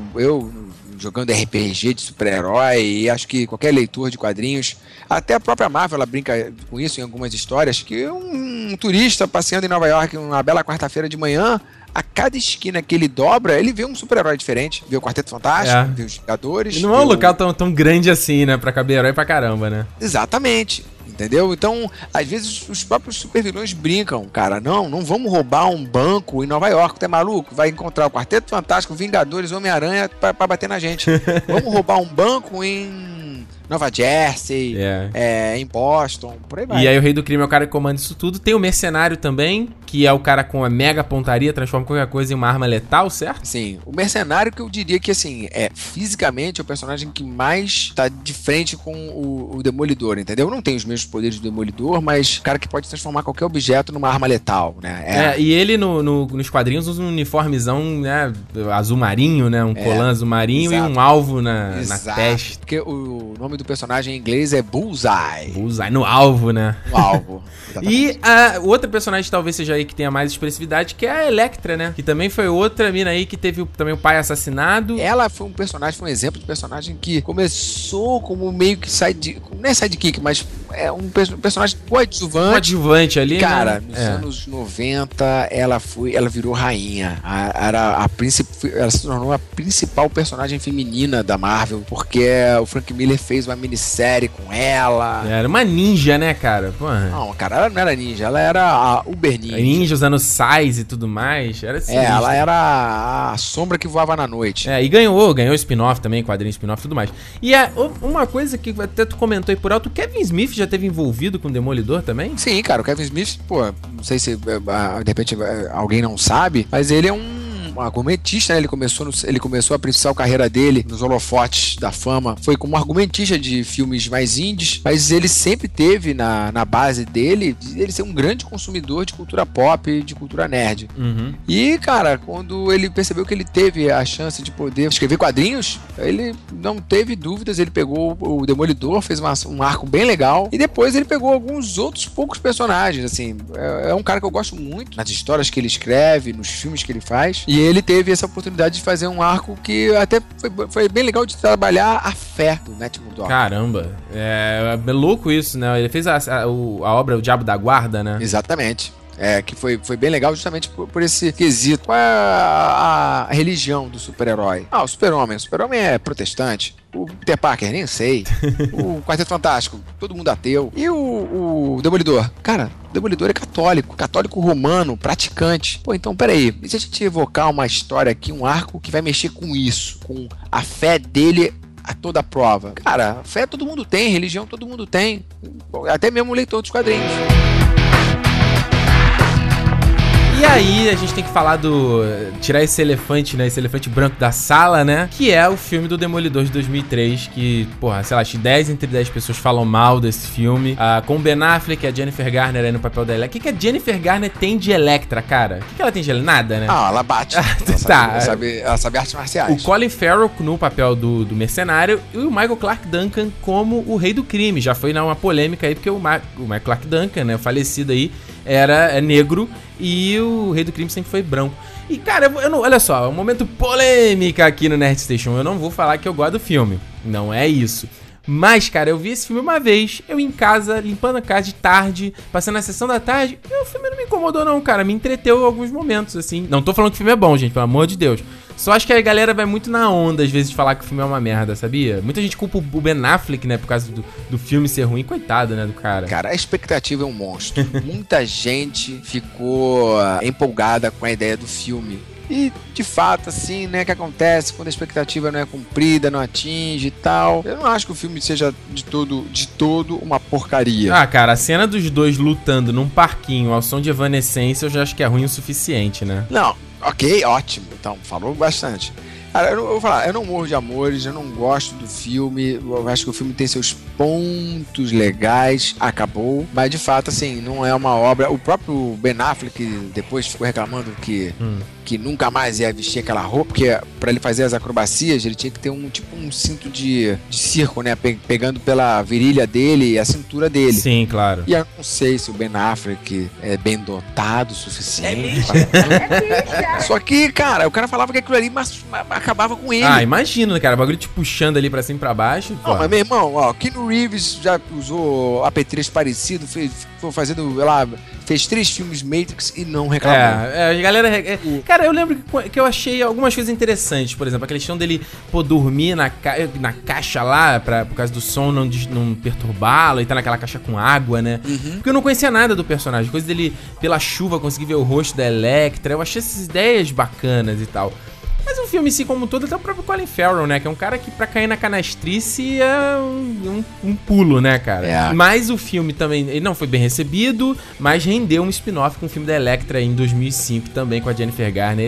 eu jogando RPG de super-herói, e acho que qualquer leitor de quadrinhos, até a própria Marvel, ela brinca com isso em algumas histórias, que um turista passeando em Nova York uma bela quarta-feira de manhã, a cada esquina que ele dobra, ele vê um super-herói diferente. Vê o Quarteto Fantástico, vê os Vingadores. E não é um local tão grande assim, né? Pra caber herói pra caramba, né? Exatamente. Entendeu? Então, às vezes, os próprios supervilões brincam, cara, não vamos roubar um banco em Nova York, tu é maluco? Vai encontrar o Quarteto Fantástico, Vingadores, Homem-Aranha pra bater na gente. Vamos roubar um banco em Nova Jersey, em Boston, por aí vai. E aí o Rei do Crime é o cara que comanda isso tudo. Tem o Mercenário também, que é o cara com a mega pontaria, transforma qualquer coisa em uma arma letal, certo? Sim, o Mercenário que eu diria que, assim, fisicamente é o personagem que mais tá de frente com o Demolidor, entendeu? Não tem os mesmos poderes do Demolidor, mas o cara que pode transformar qualquer objeto numa arma letal, né? E ele nos quadrinhos usa um uniformezão, né, azul marinho, né, um colã azul marinho. Exato. E um alvo na testa. Porque o nome do personagem em inglês é Bullseye. Bullseye, no alvo, né? No alvo. E o outro personagem talvez seja aí que tenha mais expressividade, que é a Elektra, né? Que também foi outra mina aí que teve também o pai assassinado. Ela foi um exemplo de personagem que começou como meio que não é sidekick, mas é um personagem coadjuvante. Coadjuvante ali, cara, né? Nos anos 90, ela virou rainha. Ela se tornou a principal personagem feminina da Marvel, porque o Frank Miller fez uma minissérie com ela. Era uma ninja, né, cara? Porra. Não, cara, ela não era ninja, ela era a Uber Ninja. Ninja usando sais e tudo mais. Era assim. Ela era a sombra que voava na noite. E ganhou spin-off também, quadrinho spin-off e tudo mais. E uma coisa que até tu comentou aí por alto, o Kevin Smith já teve envolvido com o Demolidor também? Sim, cara, o Kevin Smith, não sei se de repente alguém não sabe, mas ele é um um argumentista, né? Ele começou a principal carreira dele nos holofotes da fama, foi como argumentista de filmes mais indies, mas ele sempre teve na base dele ele ser um grande consumidor de cultura pop e de cultura nerd. E, cara, quando ele percebeu que ele teve a chance de poder escrever quadrinhos, ele não teve dúvidas, ele pegou o Demolidor, fez um arco bem legal, e depois ele pegou alguns outros poucos personagens, assim, é um cara que eu gosto muito nas histórias que ele escreve, nos filmes que ele faz, e ele teve essa oportunidade de fazer um arco que até foi bem legal de trabalhar a fé do Matt Murdock. Caramba, é louco isso, né? Ele fez a obra O Diabo da Guarda, né? Exatamente. Que foi bem legal justamente por esse quesito. Qual é a religião do super-herói? O super-homem. O super-homem é protestante. O Peter Parker, nem sei. O Quarteto Fantástico, todo mundo ateu. E o Demolidor? Cara, o Demolidor é católico romano, praticante. Pô, então peraí, e se a gente evocar uma história aqui, um arco que vai mexer com isso, com a fé dele a toda prova? Cara, fé todo mundo tem, religião todo mundo tem, até mesmo o leitor dos quadrinhos. E aí, a gente tem que falar tirar esse elefante, né? Esse elefante branco da sala, né? Que é o filme do Demolidor de 2003, que, porra, sei lá, acho que 10 entre 10 pessoas falam mal desse filme. Com o Ben Affleck e a Jennifer Garner aí no papel da Electra. O que a Jennifer Garner tem de Electra, cara? O que ela tem de Electra? Nada, né? Ela bate. Ela sabe artes marciais. O Colin Farrell no papel do mercenário e o Michael Clarke Duncan como o rei do crime. Já foi uma polêmica aí, porque o Michael Clarke Duncan, né, o falecido aí, é negro e o rei do crime sempre foi branco. E, cara, olha só, um momento polêmica aqui no Nerd Station. Eu não vou falar que eu gosto do filme. Não é isso. Mas, cara, eu vi esse filme uma vez, eu em casa, limpando a casa de tarde, passando a sessão da tarde, e o filme não me incomodou não, cara. Me entreteu em alguns momentos, assim. Não tô falando que o filme é bom, gente, pelo amor de Deus. Só acho que a galera vai muito na onda, às vezes, de falar que o filme é uma merda, sabia? Muita gente culpa o Ben Affleck, né, por causa do filme ser ruim. Coitado, né, do cara. Cara, a expectativa é um monstro. Muita gente ficou empolgada com a ideia do filme. E, de fato, assim, né, que acontece quando a expectativa não é cumprida, não atinge e tal. Eu não acho que o filme seja de todo uma porcaria. Cara, a cena dos dois lutando num parquinho ao som de Evanescence eu já acho que é ruim o suficiente, né? Não, ok, ótimo. Então, falou bastante. Cara, eu vou falar, eu não morro de amores, eu não gosto do filme, eu acho que o filme tem seus pontos legais, acabou, mas de fato, assim, não é uma obra. O próprio Ben Affleck depois ficou reclamando que nunca mais ia vestir aquela roupa, porque pra ele fazer as acrobacias, ele tinha que ter um cinto de circo, né, pegando pela virilha dele e a cintura dele. Sim, claro. E eu não sei se o Ben Affleck é bem dotado o suficiente. Só que, cara, o cara falava que aquilo ali acabava com ele. Imagina, cara, o bagulho te puxando ali pra cima e pra baixo. Não, mas meu irmão, ó, Keanu Reeves já usou apetrechos parecidos, foi fazendo, fez 3 filmes Matrix e não reclamou. A galera... Cara, eu lembro que eu achei algumas coisas interessantes. Por exemplo, a questão dele dormir na caixa lá, por causa do som não perturbá-lo, e tá naquela caixa com água, né? Porque eu não conhecia nada do personagem. Coisa dele, pela chuva, conseguir ver o rosto da Electra. Eu achei essas ideias bacanas e tal. Mas o filme em si, como um todo, até o próprio Colin Farrell, né? Que é um cara que pra cair na canastrice é um pulo, né, cara? Mas o filme também, ele não foi bem recebido, mas rendeu um spin-off com o filme da Electra em 2005 também, com a Jennifer Garner.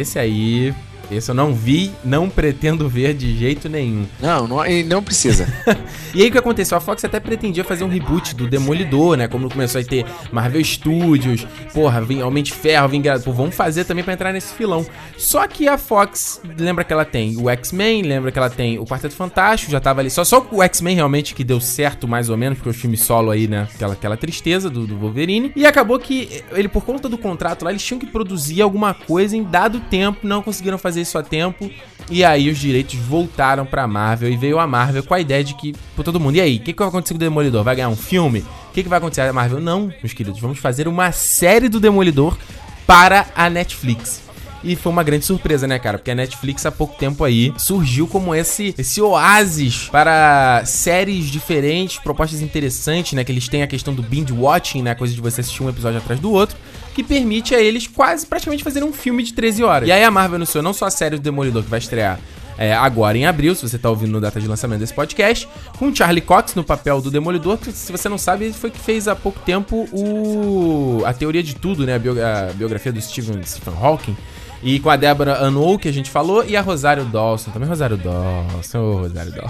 Esse eu não vi, não pretendo ver de jeito nenhum. Não precisa. E aí o que aconteceu? A Fox até pretendia fazer um reboot do Demolidor, né? Como começou a ter Marvel Studios, Homem de Ferro, vamos fazer também pra entrar nesse filão. Só que a Fox, lembra que ela tem o X-Men, lembra que ela tem o Quarteto Fantástico, já tava ali. Só o X-Men realmente que deu certo, mais ou menos, porque o filme solo aí, né? Aquela tristeza do Wolverine. E acabou que ele, por conta do contrato lá, eles tinham que produzir alguma coisa em dado tempo, não conseguiram fazer isso a tempo, e aí os direitos voltaram pra Marvel, e veio a Marvel com a ideia de que, por todo mundo, e aí, o que vai acontecer com o Demolidor? Vai ganhar um filme? O que vai acontecer? A Marvel, não, meus queridos, vamos fazer uma série do Demolidor para a Netflix. E foi uma grande surpresa, né, cara? Porque a Netflix há pouco tempo aí surgiu como esse oásis para séries diferentes, propostas interessantes, né? Que eles têm a questão do binge watching, né? A coisa de você assistir um episódio atrás do outro, que permite a eles praticamente fazerem um filme de 13 horas. E aí a Marvel anunciou não só a série do Demolidor, que vai estrear agora em abril, se você tá ouvindo no data de lançamento desse podcast, com o Charlie Cox no papel do Demolidor, que, se você não sabe, ele foi que fez há pouco tempo a Teoria de Tudo, né? A biografia do Stephen Hawking. E com a Deborah Ann Woll, que a gente falou, e a Rosário Dawson. Também Rosário Dawson.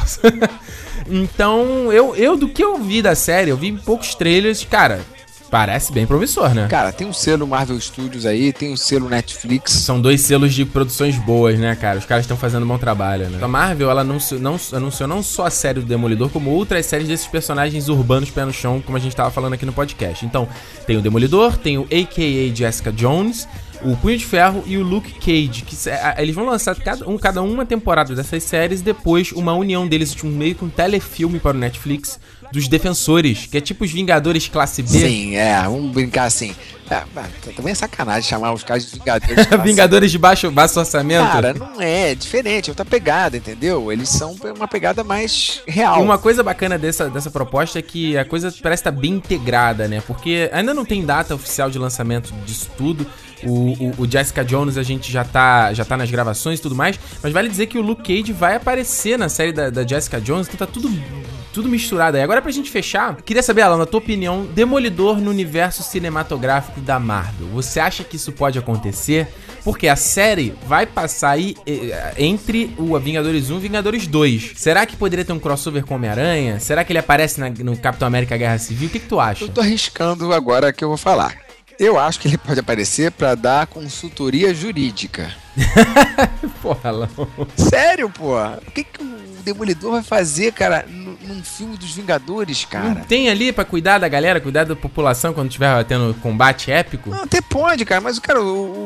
Então, eu do que eu vi da série, eu vi poucos trailers, cara, parece bem promissor, né? Cara, tem o selo Marvel Studios aí, tem o selo Netflix. São 2 selos de produções boas, né, cara? Os caras estão fazendo um bom trabalho, né? A Marvel, ela anunciou não só a série do Demolidor, como outras séries desses personagens urbanos pé no chão, como a gente tava falando aqui no podcast. Então, tem o Demolidor, tem o a.k.a. Jessica Jones, o Punho de Ferro e o Luke Cage, que eles vão lançar cada uma temporada dessas séries, depois uma união deles, meio que um telefilme para o Netflix, dos Defensores, que é tipo os Vingadores classe B. Sim, vamos brincar assim. Também é sacanagem chamar os caras de Vingadores classe Vingadores de baixo orçamento. Cara, não é diferente, é outra pegada, entendeu? Eles são uma pegada mais real. E uma coisa bacana dessa proposta é que a coisa parece estar bem integrada, né? Porque ainda não tem data oficial de lançamento disso tudo. O Jessica Jones a gente já tá nas gravações e tudo mais, mas vale dizer que o Luke Cage vai aparecer na série da Jessica Jones, então tá tudo misturado aí. Agora, pra gente fechar, queria saber, Alan, na tua opinião, Demolidor no universo cinematográfico da Marvel. Você acha que isso pode acontecer? Porque a série vai passar aí entre o Vingadores 1 e Vingadores 2. Será que poderia ter um crossover com Homem-Aranha? Será que ele aparece no Capitão América Guerra Civil? O que tu acha? Eu tô arriscando agora que eu vou falar. Eu acho que ele pode aparecer pra dar consultoria jurídica. Porra, Alan. Sério, pô? O que o Demolidor vai fazer, cara, num filme dos Vingadores, cara? Não tem ali pra cuidar da galera, cuidar da população quando estiver tendo combate épico? Não, até pode, cara, mas cara,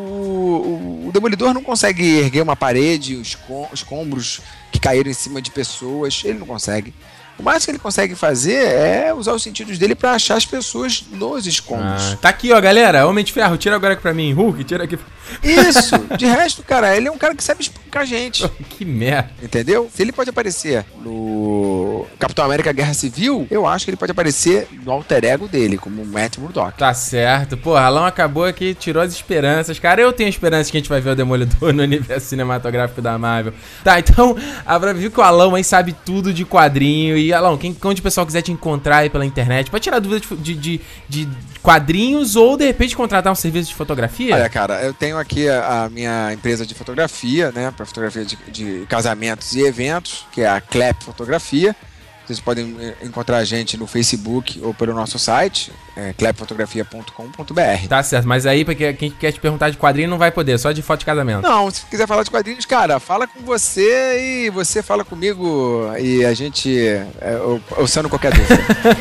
o Demolidor não consegue erguer uma parede, escombros que caíram em cima de pessoas, ele não consegue. O mais que ele consegue fazer é usar os sentidos dele pra achar as pessoas nos escombros. Tá aqui, ó, galera. Homem de Ferro, tira agora aqui pra mim. Hulk, tira aqui. Isso! De resto, cara, ele é um cara que sabe espancar gente. Que merda. Entendeu? Se ele pode aparecer no Capitão América Guerra Civil, eu acho que ele pode aparecer no alter ego dele, como o Matt Murdock. Tá certo. Pô, Alan acabou aqui, tirou as esperanças. Cara, eu tenho esperança que a gente vai ver o Demolidor no universo cinematográfico da Marvel. Tá, então, viu que o Alan aí sabe tudo de quadrinho. E, Alan, onde o pessoal quiser te encontrar aí pela internet, pode tirar dúvida de quadrinhos ou, de repente, contratar um serviço de fotografia? Olha, cara, eu tenho aqui a minha empresa de fotografia, né, para fotografia de casamentos e eventos, que é a Clap Fotografia. Vocês podem encontrar a gente no Facebook ou pelo nosso site, clapfotografia.com.br. Tá certo, mas aí, pra quem quer te perguntar de quadrinho, não vai poder, só de foto de casamento. Não, se quiser falar de quadrinhos, cara, fala com você e você fala comigo e a gente... eu sano qualquer dúvida.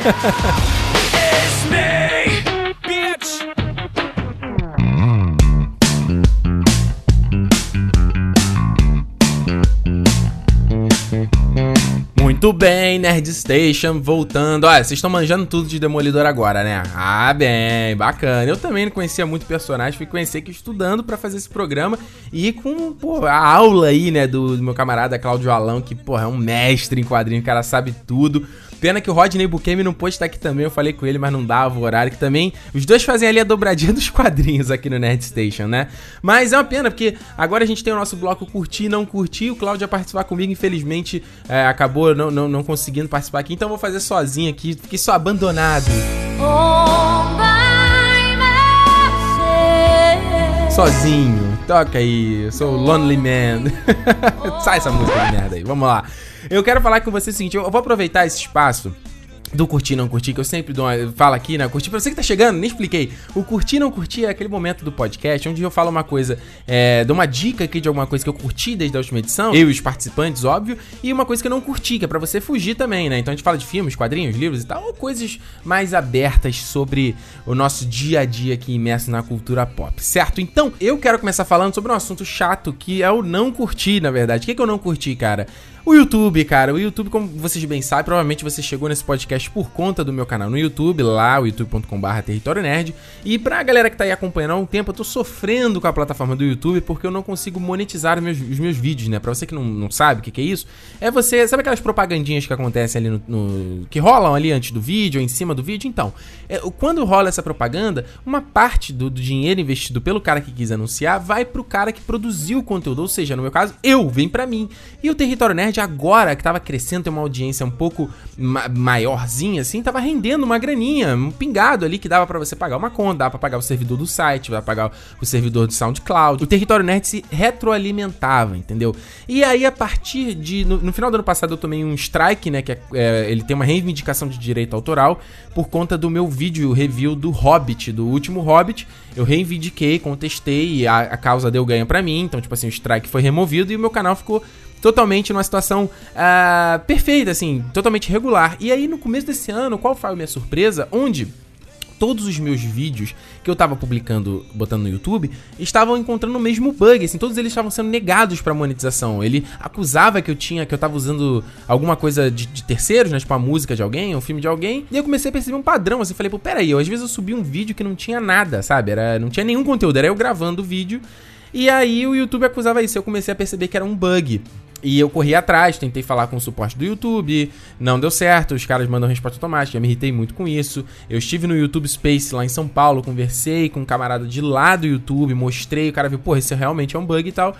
Muito bem, Nerd Station, voltando. Olha, vocês estão manjando tudo de Demolidor agora, né? Ah, bem, bacana. Eu também não conhecia muito personagem, fui conhecer aqui estudando pra fazer esse programa e com, a aula aí, né, do meu camarada Cláudio Alão, que, é um mestre em quadrinho, o cara sabe tudo. Pena que o Rodney Bukemi não pôde estar aqui também, eu falei com ele, mas não dava o horário, que também os dois fazem ali a dobradinha dos quadrinhos aqui no Nerd Station, né? Mas é uma pena, porque agora a gente tem o nosso bloco Curtir e Não Curtir, o Cláudio ia participar comigo, infelizmente acabou não conseguindo participar aqui, então eu vou fazer sozinho aqui, fiquei só abandonado. Sozinho, toca aí, eu sou o Lonely Man. Sai essa música de merda aí, vamos lá. Eu quero falar com você o seguinte, eu vou aproveitar esse espaço do curtir e não curtir, que eu sempre falo aqui, né? Curtir, pra você que tá chegando, nem expliquei. O curtir e não curtir é aquele momento do podcast onde eu falo uma coisa, dou uma dica aqui de alguma coisa que eu curti desde a última edição, eu e os participantes, óbvio, e uma coisa que eu não curti, que é pra você fugir também, né? Então a gente fala de filmes, quadrinhos, livros e tal, ou coisas mais abertas sobre o nosso dia a dia aqui imerso na cultura pop, certo? Então, eu quero começar falando sobre um assunto chato, que é o não curtir, na verdade. O que eu não curti, cara? O YouTube, cara, como vocês bem sabem, provavelmente você chegou nesse podcast por conta do meu canal no YouTube, lá, o youtube.com/Território Nerd. E pra galera que tá aí acompanhando há um tempo, eu tô sofrendo com a plataforma do YouTube porque eu não consigo monetizar os meus vídeos, né? Pra você que não sabe o que é isso, sabe aquelas propagandinhas que acontecem ali que rolam ali antes do vídeo, ou em cima do vídeo? Então, quando rola essa propaganda, uma parte do dinheiro investido pelo cara que quis anunciar vai pro cara que produziu o conteúdo, ou seja, no meu caso, vem pra mim. E o Território Nerd Nerd agora, que tava crescendo, tem uma audiência um pouco maiorzinha, assim, tava rendendo uma graninha, um pingado ali que dava pra você pagar uma conta, dava pra pagar o servidor do site, dava pra pagar o servidor do SoundCloud. O Território Nerd se retroalimentava, entendeu? E aí, a partir de... No final do ano passado, eu tomei um strike, né, que ele tem uma reivindicação de direito autoral por conta do meu vídeo review do Hobbit, do último Hobbit. Eu reivindiquei, contestei e a causa deu ganho pra mim. Então, tipo assim, o strike foi removido e o meu canal ficou totalmente numa situação perfeita, assim, totalmente regular. E aí, no começo desse ano, qual foi a minha surpresa? Onde todos os meus vídeos que eu tava publicando, botando no YouTube, estavam encontrando o mesmo bug, assim, todos eles estavam sendo negados pra monetização. Ele acusava que eu tava usando alguma coisa de terceiros, né, tipo a música de alguém, um filme de alguém, e eu comecei a perceber um padrão, assim, falei, pô, peraí, às vezes eu subi um vídeo que não tinha nada, sabe, não tinha nenhum conteúdo, era eu gravando o vídeo, e aí o YouTube acusava isso, eu comecei a perceber que era um bug. E eu corri atrás, tentei falar com o suporte do YouTube, não deu certo, os caras mandam resposta automática, eu me irritei muito com isso. Eu estive no YouTube Space lá em São Paulo, conversei com um camarada de lá do YouTube, mostrei, o cara viu, pô, isso realmente é um bug e tal.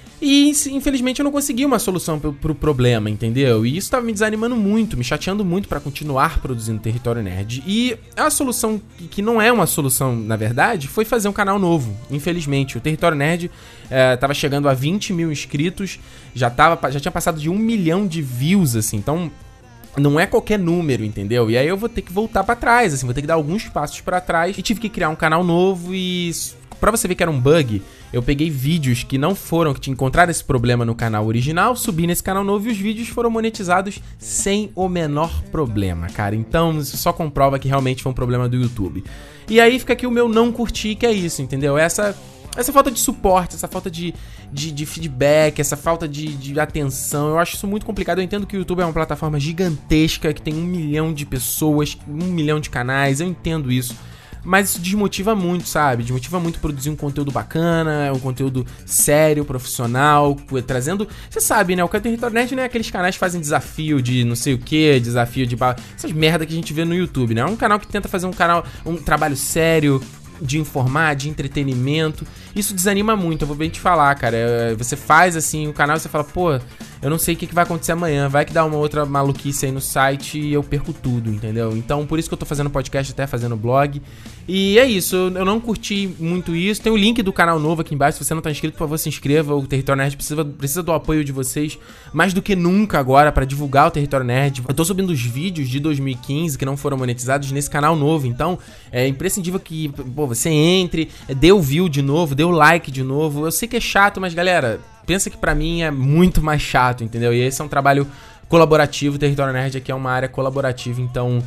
E infelizmente eu não consegui uma solução pro problema, entendeu? E isso tava me desanimando muito, me chateando muito pra continuar produzindo Território Nerd. E a solução, que não é uma solução na verdade, foi fazer um canal novo, infelizmente. O Território Nerd tava chegando a 20 mil inscritos, já tinha passado de 1 milhão de views, assim, então não é qualquer número, entendeu? E aí eu vou ter que voltar pra trás, assim, vou ter que dar alguns passos pra trás. E tive que criar um canal novo e... Pra você ver que era um bug, eu peguei vídeos que não foram, que tinha encontrado esse problema no canal original, subi nesse canal novo e os vídeos foram monetizados sem o menor problema, cara. Então, isso só comprova que realmente foi um problema do YouTube. E aí fica aqui o meu não curtir, que é isso, entendeu? Essa falta de suporte, essa falta de feedback, essa falta de atenção, eu acho isso muito complicado. Eu entendo que o YouTube é uma plataforma gigantesca, que tem 1 milhão de pessoas, 1 milhão de canais, eu entendo isso. Mas isso desmotiva muito, sabe? Desmotiva muito produzir um conteúdo bacana, um conteúdo sério, profissional, trazendo... Você sabe, né? O Território Nerd não é aqueles canais que fazem desafio de não sei o que, desafio de... Essas merda que a gente vê no YouTube, né? É um canal que tenta fazer um trabalho sério, de informar, de entretenimento. Isso desanima muito, eu vou bem te falar, cara. Você faz assim o canal e você fala, pô, eu não sei o que vai acontecer amanhã, vai que dá uma outra maluquice aí no site e eu perco tudo, entendeu? Então por isso que eu tô fazendo podcast, até fazendo blog. E é isso, eu não curti muito isso. Tem o link do canal novo aqui embaixo, se você não tá inscrito, por favor, se inscreva. O Território Nerd precisa do apoio de vocês mais do que nunca agora pra divulgar o Território Nerd. Eu tô subindo os vídeos de 2015 que não foram monetizados nesse canal novo, então é imprescindível que, pô, você entre, dê o view de novo, dê o like de novo. Eu sei que é chato, mas galera, pensa que pra mim é muito mais chato, entendeu? E esse é um trabalho colaborativo, o Território Nerd aqui é uma área colaborativa, então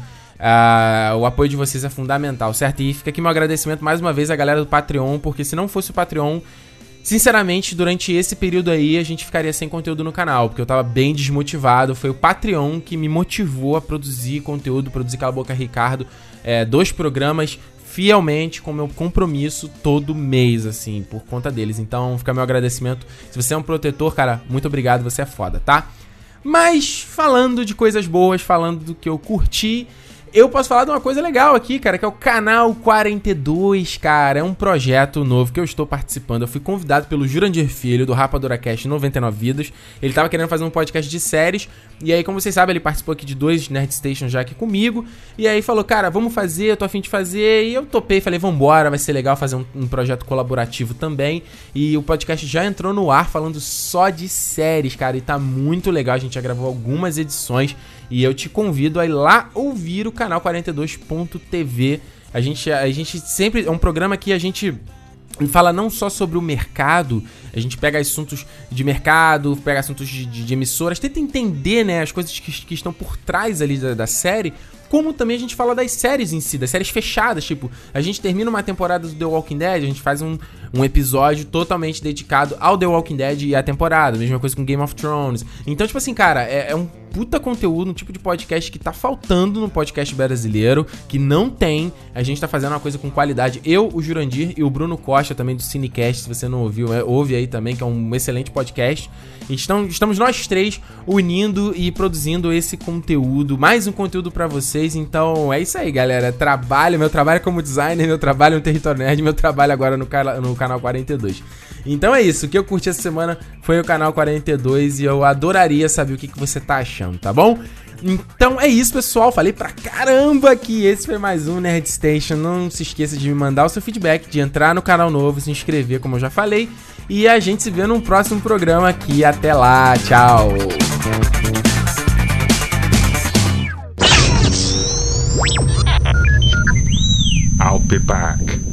o apoio de vocês é fundamental, certo? E fica aqui meu agradecimento mais uma vez à galera do Patreon, porque se não fosse o Patreon, sinceramente, durante esse período aí, a gente ficaria sem conteúdo no canal, porque eu tava bem desmotivado. Foi o Patreon que me motivou a produzir conteúdo, produzir Cala a Boca Ricardo, 2 programas fielmente, com meu compromisso todo mês, assim, por conta deles. Então, fica meu agradecimento. Se você é um protetor, cara, muito obrigado, você é foda, tá? Mas, falando de coisas boas, falando do que eu curti, eu posso falar de uma coisa legal aqui, cara, que é o Canal 42, cara. É um projeto novo que eu estou participando. Eu fui convidado pelo Jurandir Filho, do Rapadura Cast 99 Vidas. Ele tava querendo fazer um podcast de séries. E aí, como vocês sabem, ele participou aqui de 2 Nerd Station já aqui comigo. E aí falou, cara, vamos fazer, eu tô a fim de fazer. E eu topei, falei, vambora, vai ser legal fazer um projeto colaborativo também. E o podcast já entrou no ar falando só de séries, cara. E tá muito legal, a gente já gravou algumas edições. E eu te convido a ir lá ouvir o canal 42.tv. A gente sempre... É um programa que a gente fala não só sobre o mercado, a gente pega assuntos de mercado, pega assuntos de emissoras, tenta entender, né, as coisas que estão por trás ali da série, como também a gente fala das séries em si, das séries fechadas, tipo, a gente termina uma temporada do The Walking Dead, a gente faz um episódio totalmente dedicado ao The Walking Dead e à temporada, mesma coisa com Game of Thrones. Então, tipo assim, cara, é um puta conteúdo, um tipo de podcast que tá faltando no podcast brasileiro, que não tem. A gente tá fazendo uma coisa com qualidade. Eu, o Jurandir e o Bruno Costa também do Cinecast, se você não ouviu, ouve aí também, que é um excelente podcast. Estamos nós 3 unindo e produzindo esse conteúdo, mais um conteúdo pra vocês. Então é isso aí, galera. Meu trabalho como designer, meu trabalho no Território Nerd, meu trabalho agora no canal 42. Então é isso, o que eu curti essa semana foi o canal 42 e eu adoraria saber o que você tá achando, tá bom? Então é isso, pessoal, falei pra caramba que esse foi mais um Nerd Station. Não se esqueça de me mandar o seu feedback, de entrar no canal novo, se inscrever, como eu já falei. E a gente se vê num próximo programa aqui. Até lá, tchau! I'll be back.